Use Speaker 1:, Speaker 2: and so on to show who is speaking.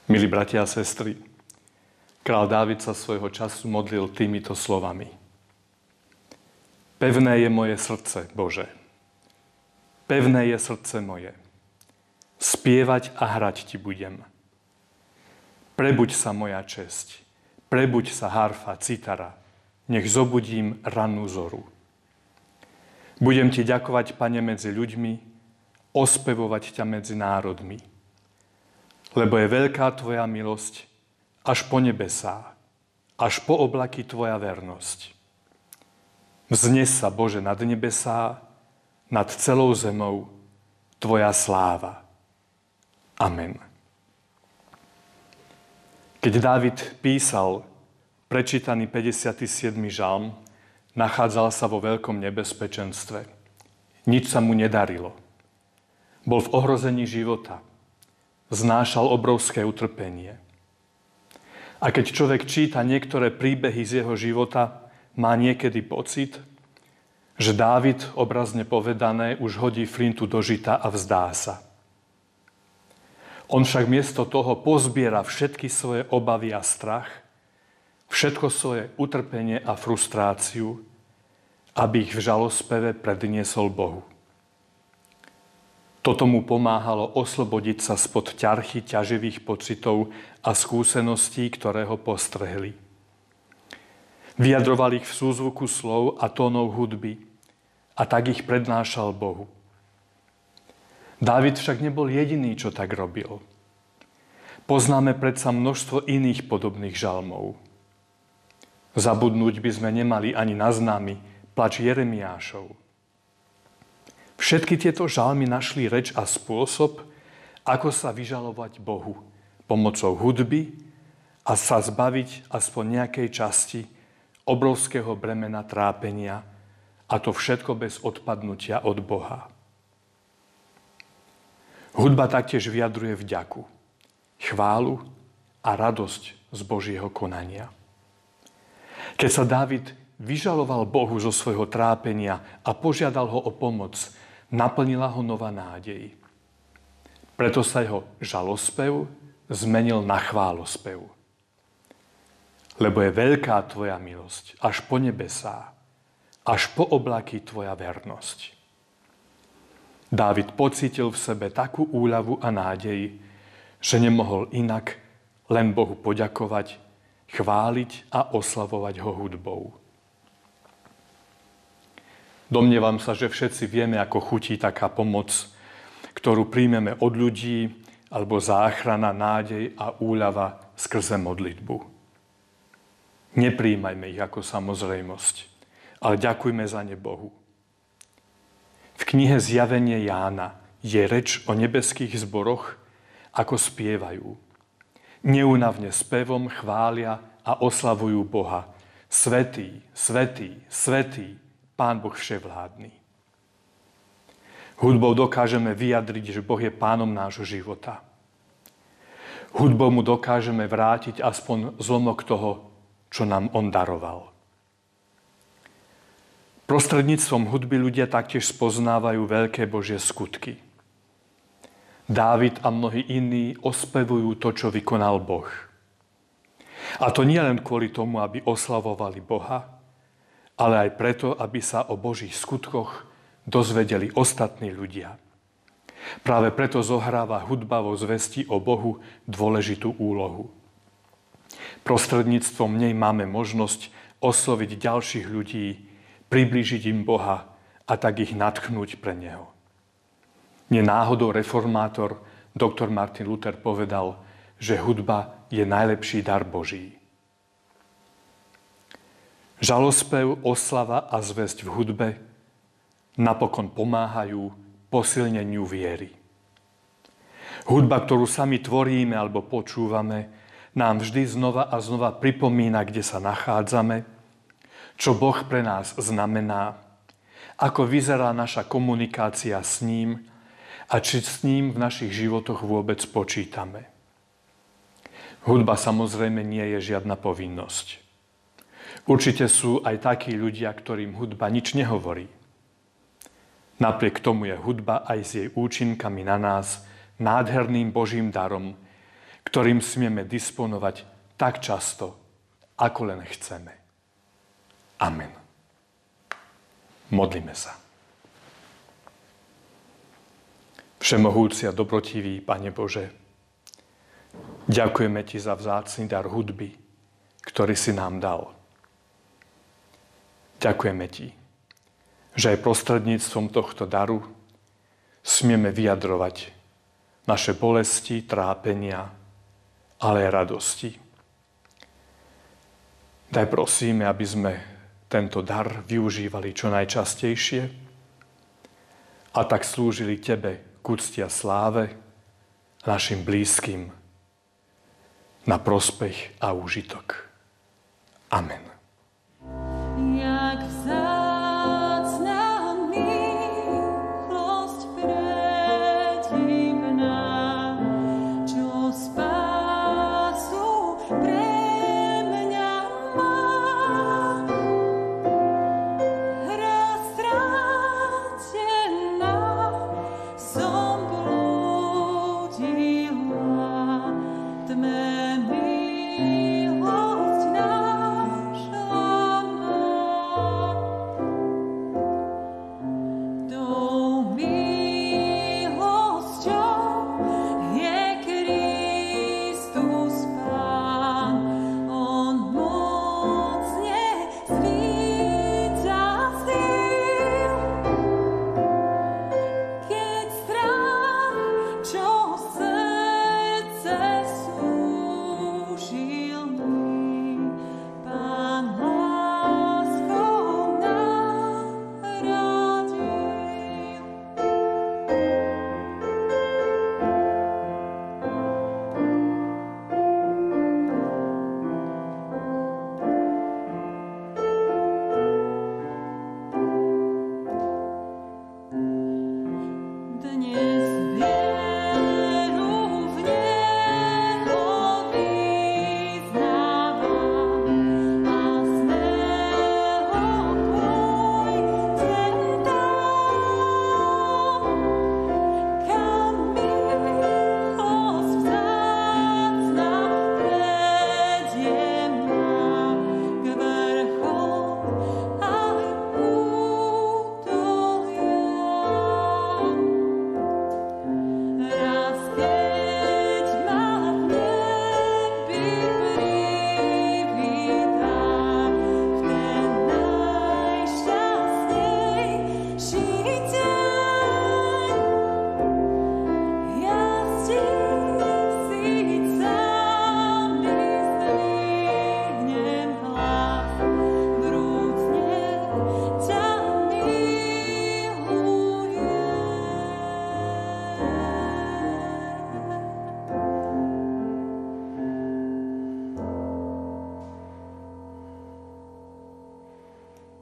Speaker 1: Milí bratia a sestry, král Dávid sa svojho času modlil týmito slovami. Pevné je moje srdce, Bože. Pevné je srdce moje. Spievať a hrať ti budem. Prebuď sa moja česť. Prebuď sa harfa, citara. Nech zobudím rannú zoru. Budem ti ďakovať, Pane, medzi ľuďmi, ospevovať ťa medzi národmi. Lebo je veľká tvoja milosť až po nebesá, až po oblaky tvoja vernosť. Vznes sa, Bože, nad nebesá, nad celou zemou tvoja sláva. Amen. Keď Dávid písal prečítaný 57. žalm, nachádzal sa vo veľkom nebezpečenstve. Nič sa mu nedarilo. Bol v ohrození života. Znášal obrovské utrpenie. A keď človek číta niektoré príbehy z jeho života, má niekedy pocit, že Dávid, obrazne povedané, už hodí flintu do žita a vzdá sa. On však miesto toho pozbiera všetky svoje obavy a strach, všetko svoje utrpenie a frustráciu, aby ich v žalospeve predniesol Bohu. Toto mu pomáhalo oslobodiť sa spod ťarchy ťaživých pocitov a skúseností, ktoré ho postrehli. Vyjadroval ich v súzvuku slov a tónov hudby a tak ich prednášal Bohu. Dávid však nebol jediný, čo tak robil. Poznáme predsa množstvo iných podobných žalmov. Zabudnúť by sme nemali ani na známy plač Jeremiášov. Všetky tieto žalmy našli reč a spôsob, ako sa vyžalovať Bohu pomocou hudby a sa zbaviť aspoň nejakej časti obrovského bremena trápenia, a to všetko bez odpadnutia od Boha. Hudba taktiež vyjadruje vďaku, chválu a radosť z Božieho konania. Keď sa Dávid vyžaloval Bohu zo svojho trápenia a požiadal ho o pomoc, naplnila ho nová nádej. Preto sa jeho žalospev zmenil na chválospev. Lebo je veľká tvoja milosť až po nebesá, až po oblaky tvoja vernosť. Dávid pocítil v sebe takú úľavu a nádej, že nemohol inak len Bohu poďakovať, chváliť a oslavovať ho hudbou. Domnievam sa, že všetci vieme, ako chutí taká pomoc, ktorú príjmeme od ľudí, alebo záchrana, nádej a úľava skrze modlitbu. Nepríjmajme ich ako samozrejmosť, ale ďakujme za ne Bohu. V knihe Zjavenie Jána je reč o nebeských zboroch, ako spievajú. Neúnavne spevom chvália a oslavujú Boha. Svätý, svätý, svätý, Pán Boh vševládny. Hudbou dokážeme vyjadriť, že Boh je pánom nášho života. Hudbou mu dokážeme vrátiť aspoň zlomok toho, čo nám on daroval. Prostredníctvom hudby ľudia taktiež spoznávajú veľké Božie skutky. Dávid a mnohí iní ospevujú to, čo vykonal Boh. A to nie len kvôli tomu, aby oslavovali Boha, ale aj preto, aby sa o Božích skutkoch dozvedeli ostatní ľudia. Práve preto zohráva hudba vo zvesti o Bohu dôležitú úlohu. Prostredníctvom nej máme možnosť osloviť ďalších ľudí, priblížiť im Boha a tak ich nadchnúť pre Neho. Nenáhodou reformátor dr. Martin Luther povedal, že hudba je najlepší dar Boží. Žalospev, oslava a zvesť v hudbe napokon pomáhajú posilneniu viery. Hudba, ktorú sami tvoríme alebo počúvame, nám vždy znova a znova pripomína, kde sa nachádzame, čo Boh pre nás znamená, ako vyzerá naša komunikácia s ním a či s ním v našich životoch vôbec počítame. Hudba samozrejme nie je žiadna povinnosť. Určite sú aj takí ľudia, ktorým hudba nič nehovorí. Napriek tomu je hudba aj s jej účinkami na nás nádherným Božím darom, ktorým smieme disponovať tak často, ako len chceme. Amen. Modlíme sa. Všemohúci a dobrotivý Pane Bože, ďakujeme Ti za vzácny dar hudby, ktorý si nám dal. Ďakujeme Ti, že aj prostredníctvom tohto daru smieme vyjadrovať naše bolesti, trápenia, ale aj radosti. Daj prosíme, aby sme tento dar využívali čo najčastejšie a tak slúžili Tebe k úcti a sláve našim blízkym na prospech a úžitok. Amen.
Speaker 2: Jak